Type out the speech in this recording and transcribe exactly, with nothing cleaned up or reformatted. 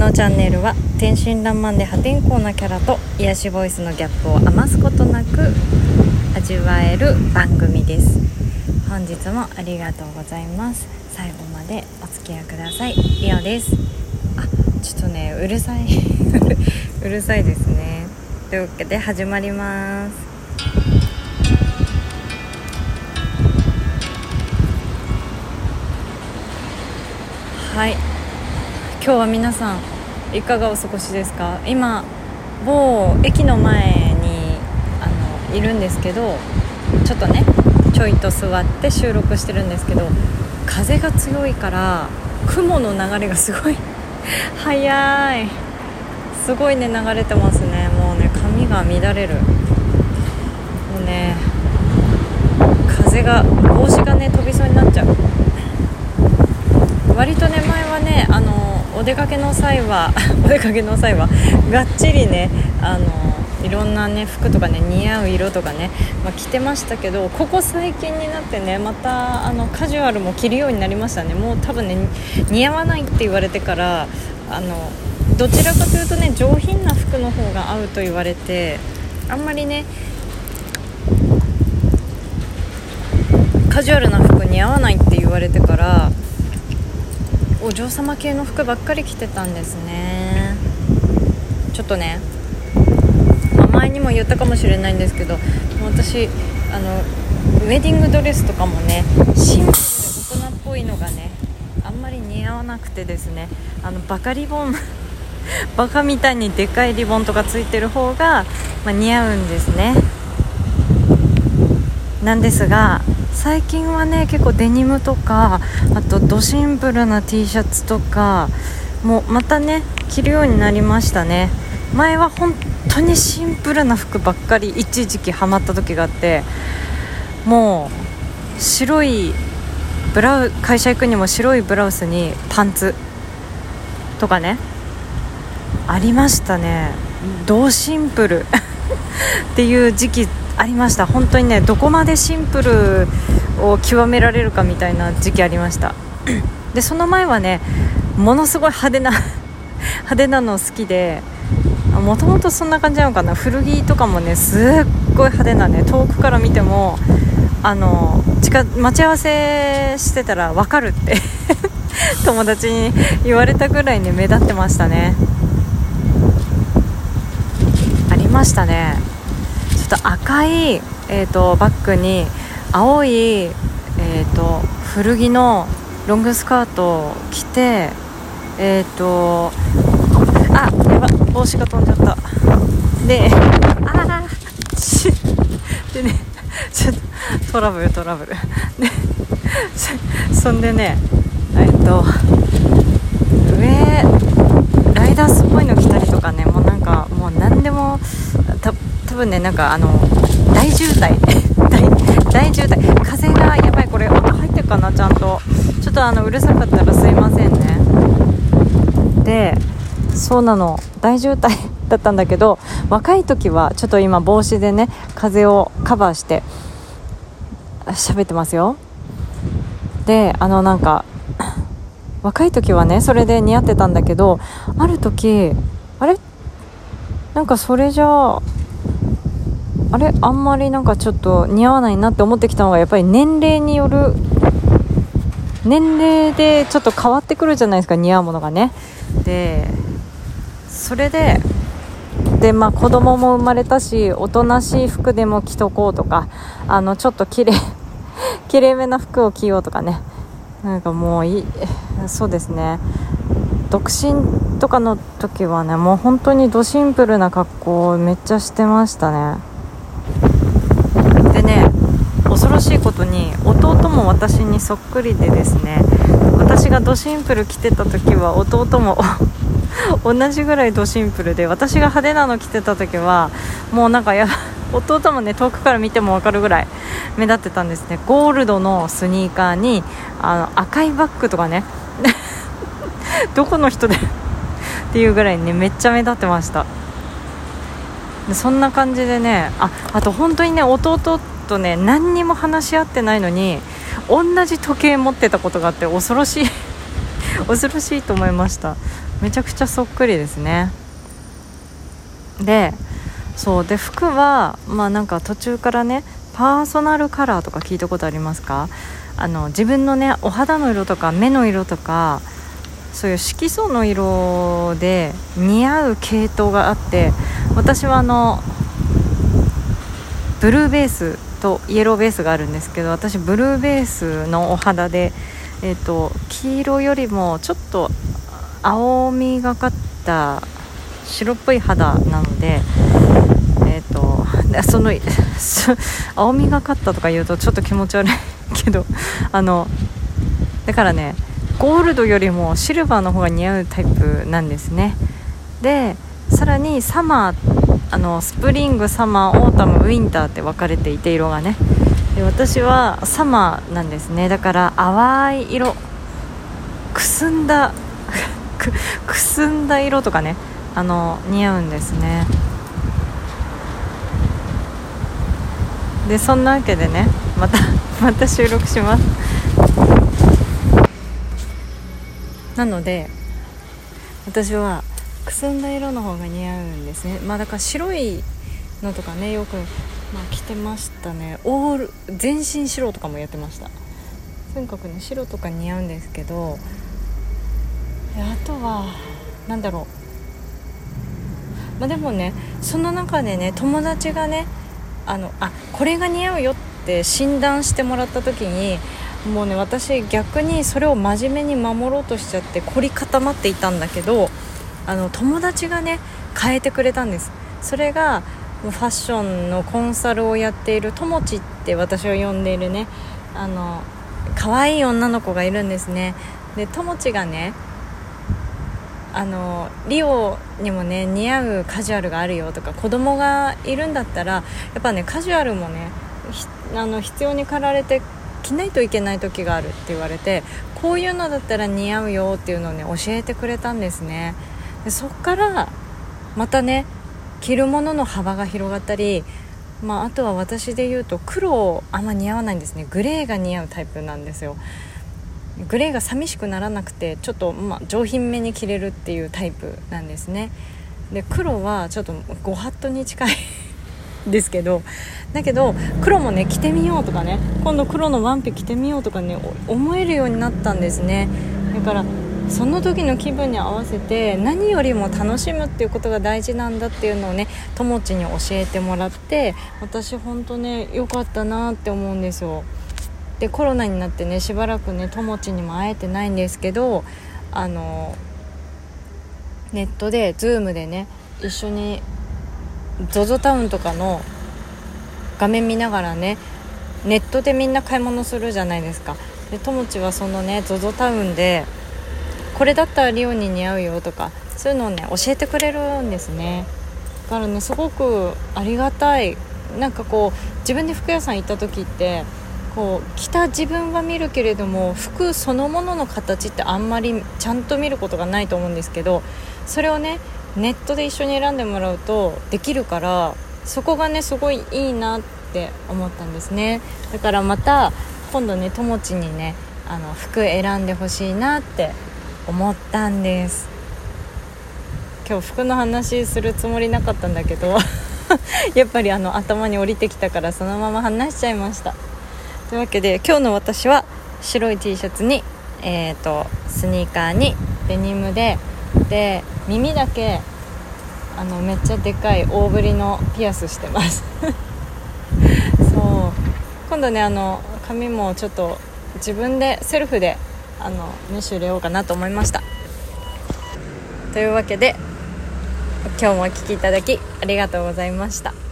のチャンネルは天真爛漫で破天荒なキャラと癒しボイスのギャップを余すことなく味わえる番組です。本日もありがとうございます。最後までお付き合いください。リオです。あ、ちょっとねうるさいうるさいですね。というわけで始まります。はい、今日は皆さんいかがお過ごしですか？今某駅の前にあのいるんですけど、ちょっとねちょいと座って収録してるんですけど、風が強いから雲の流れがすごい早い、すごいね流れてますね。もうね髪が乱れる。もうね風が帽子がね飛びそうになっちゃう。割とね前はねあのお出かけの際はお出かけの際はがっちりねあのいろんなね服とかね似合う色とかね、まあ、着てましたけど、ここ最近になってねまたあのカジュアルも着るようになりましたね。もう多分ね似合わないって言われてからあのどちらかというとね上品な服の方が合うと言われて、あんまりねカジュアルな服似合わないって言われてからお嬢様系の服ばっかり着てたんですね。ちょっとね、まあ、前にも言ったかもしれないんですけど、私あのウェディングドレスとかもねシンプルで大人っぽいのがねあんまり似合わなくてですね、あのバカリボンバカみたいにでかいリボンとかついてる方が、まあ、似合うんですね。なんですが最近はね結構デニムとかあとドシンプルな T シャツとかもうまたね着るようになりましたね。前は本当にシンプルな服ばっかり一時期ハマった時があって、もう白いブラウ会社行くにも白いブラウスにパンツとかねありましたね。ドシンプルっていう時期ありました。本当にねどこまでシンプルを極められるかみたいな時期ありましたでその前はねものすごい派手な派手なの好きで、もともとそんな感じなのかな。古着とかもねすっごい派手なね、遠くから見てもあの近待ち合わせしてたら分かるって友達に言われたぐらいね目立ってましたね。ありましたね。ちょっと赤い、えー、とバッグに青い、えー、と古着のロングスカートを着て、えっ、ー、とあやば帽子が飛んじゃったで、あーでねちょっとトラブルトラブルでそんでねえっ、ー、と上ライダースっぽいの着たりとかね、もうなんかもう何でもた多分ねなんかあの大渋滞大, 大渋滞風がやばい。これ音入ってるかな、ちゃんとちょっとあのうるさかったらすいませんね。でそうなの大渋滞だったんだけど、若い時はちょっと今帽子でね風をカバーして喋ってますよ。であのなんか若い時はねそれで似合ってたんだけど、ある時あれなんかそれじゃああれあんまりなんかちょっと似合わないなって思ってきたのが、やっぱり年齢による年齢でちょっと変わってくるじゃないですか、似合うものがね。でそれででまあ子供も生まれたし、おとなしい服でも着とこうとか、あのちょっときれいきれいめな服を着ようとかね、なんかもういいそうですね。独身とかの時はねもう本当にドシンプルな格好をめっちゃしてましたね。でね恐ろしいことに弟も私にそっくりでですね、私がドシンプル着てた時は弟も同じぐらいドシンプルで、私が派手なの着てた時はもうなんかや弟もね遠くから見ても分かるぐらい目立ってたんですね。ゴールドのスニーカーにあの赤いバッグとかねどこの人でっていうぐらいねめっちゃ目立ってました。でそんな感じでね、ああと本当にね弟とね何にも話し合ってないのに同じ時計持ってたことがあって、恐ろしい恐ろしいと思いました。 めちゃくちゃそっくりですね。でそうで服はまあなんか途中からね、パーソナルカラーとか聞いたことありますか？あの自分のねお肌の色とか目の色とか、そういう色素の色で似合う系統があって、私はあのブルーベースとイエローベースがあるんですけど、私ブルーベースのお肌で、えーと、黄色よりもちょっと青みがかった白っぽい肌なので、えーとその青みがかったとか言うとちょっと気持ち悪いけど、あのだからね、ゴールドよりもシルバーの方が似合うタイプなんですね。でさらにサマー、あのスプリング、サマー、オータム、ウィンターって分かれていて、色がね、で私はサマーなんですね。だから淡い色、くすんだく, くすんだ色とかね、あの似合うんですね。でそんなわけでね、またまた収録します。なので私はくすんだ色の方が似合うんですね。まあだから白いのとかね、よく、まあ、着てましたね。オール全身白とかもやってました。とにかくね白とか似合うんですけど、あとはなんだろう、まあ、でもねその中でね、友達がねあのあこれが似合うよって診断してもらった時に、もうね私逆にそれを真面目に守ろうとしちゃって凝り固まっていたんだけど、あの友達がね変えてくれたんです。それがファッションのコンサルをやっているともちって私を呼んでいるね、あの可愛い女の子がいるんですね。でともちがね、あのリオにもね似合うカジュアルがあるよとか、子供がいるんだったらやっぱねカジュアルもねあの必要に駆られて着ないといけない時があるって言われて、こういうのだったら似合うよっていうのをね教えてくれたんですね。でそっからまたね着るものの幅が広がったり、まあ、あとは私で言うと黒あんま似合わないんですね。グレーが似合うタイプなんですよ。グレーが寂しくならなくてちょっと、まあ、上品めに着れるっていうタイプなんですね。で黒はちょっとごハットに近いですけど、だけど黒もね着てみようとかね、今度黒のワンピ着てみようとかね思えるようになったんですね。だからその時の気分に合わせて何よりも楽しむっていうことが大事なんだっていうのをねともちに教えてもらって、私本当ね良かったなって思うんですよ。でコロナになってねしばらくねともちにも会えてないんですけど、あのネットで Zoom でね一緒に ゾゾ タウンとかの画面見ながらね、ネットでみんな買い物するじゃないですか。でともちはそのね ゾゾ タウンでこれだったらリオに似合うよとか、そういうのをね教えてくれるんですね。だからねすごくありがたい。なんかこう自分で服屋さん行った時ってこう着た自分は見るけれども服そのものの形ってあんまりちゃんと見ることがないと思うんですけど、それをねネットで一緒に選んでもらうとできるから、そこがねすごいいいなって思ったんですね。だからまた今度ねともちにねあの服選んでほしいなって思ったんです。今日服の話するつもりなかったんだけどやっぱりあの頭に降りてきたからそのまま話しちゃいました。というわけで今日の私は白い T シャツに、えーと、スニーカーにデニムでで耳だけあのめっちゃでかい大ぶりのピアスしてますそう今度ねあの髪もちょっと自分でセルフであのメッシュ入れようかなと思いました。というわけで今日もお聞きいただきありがとうございました。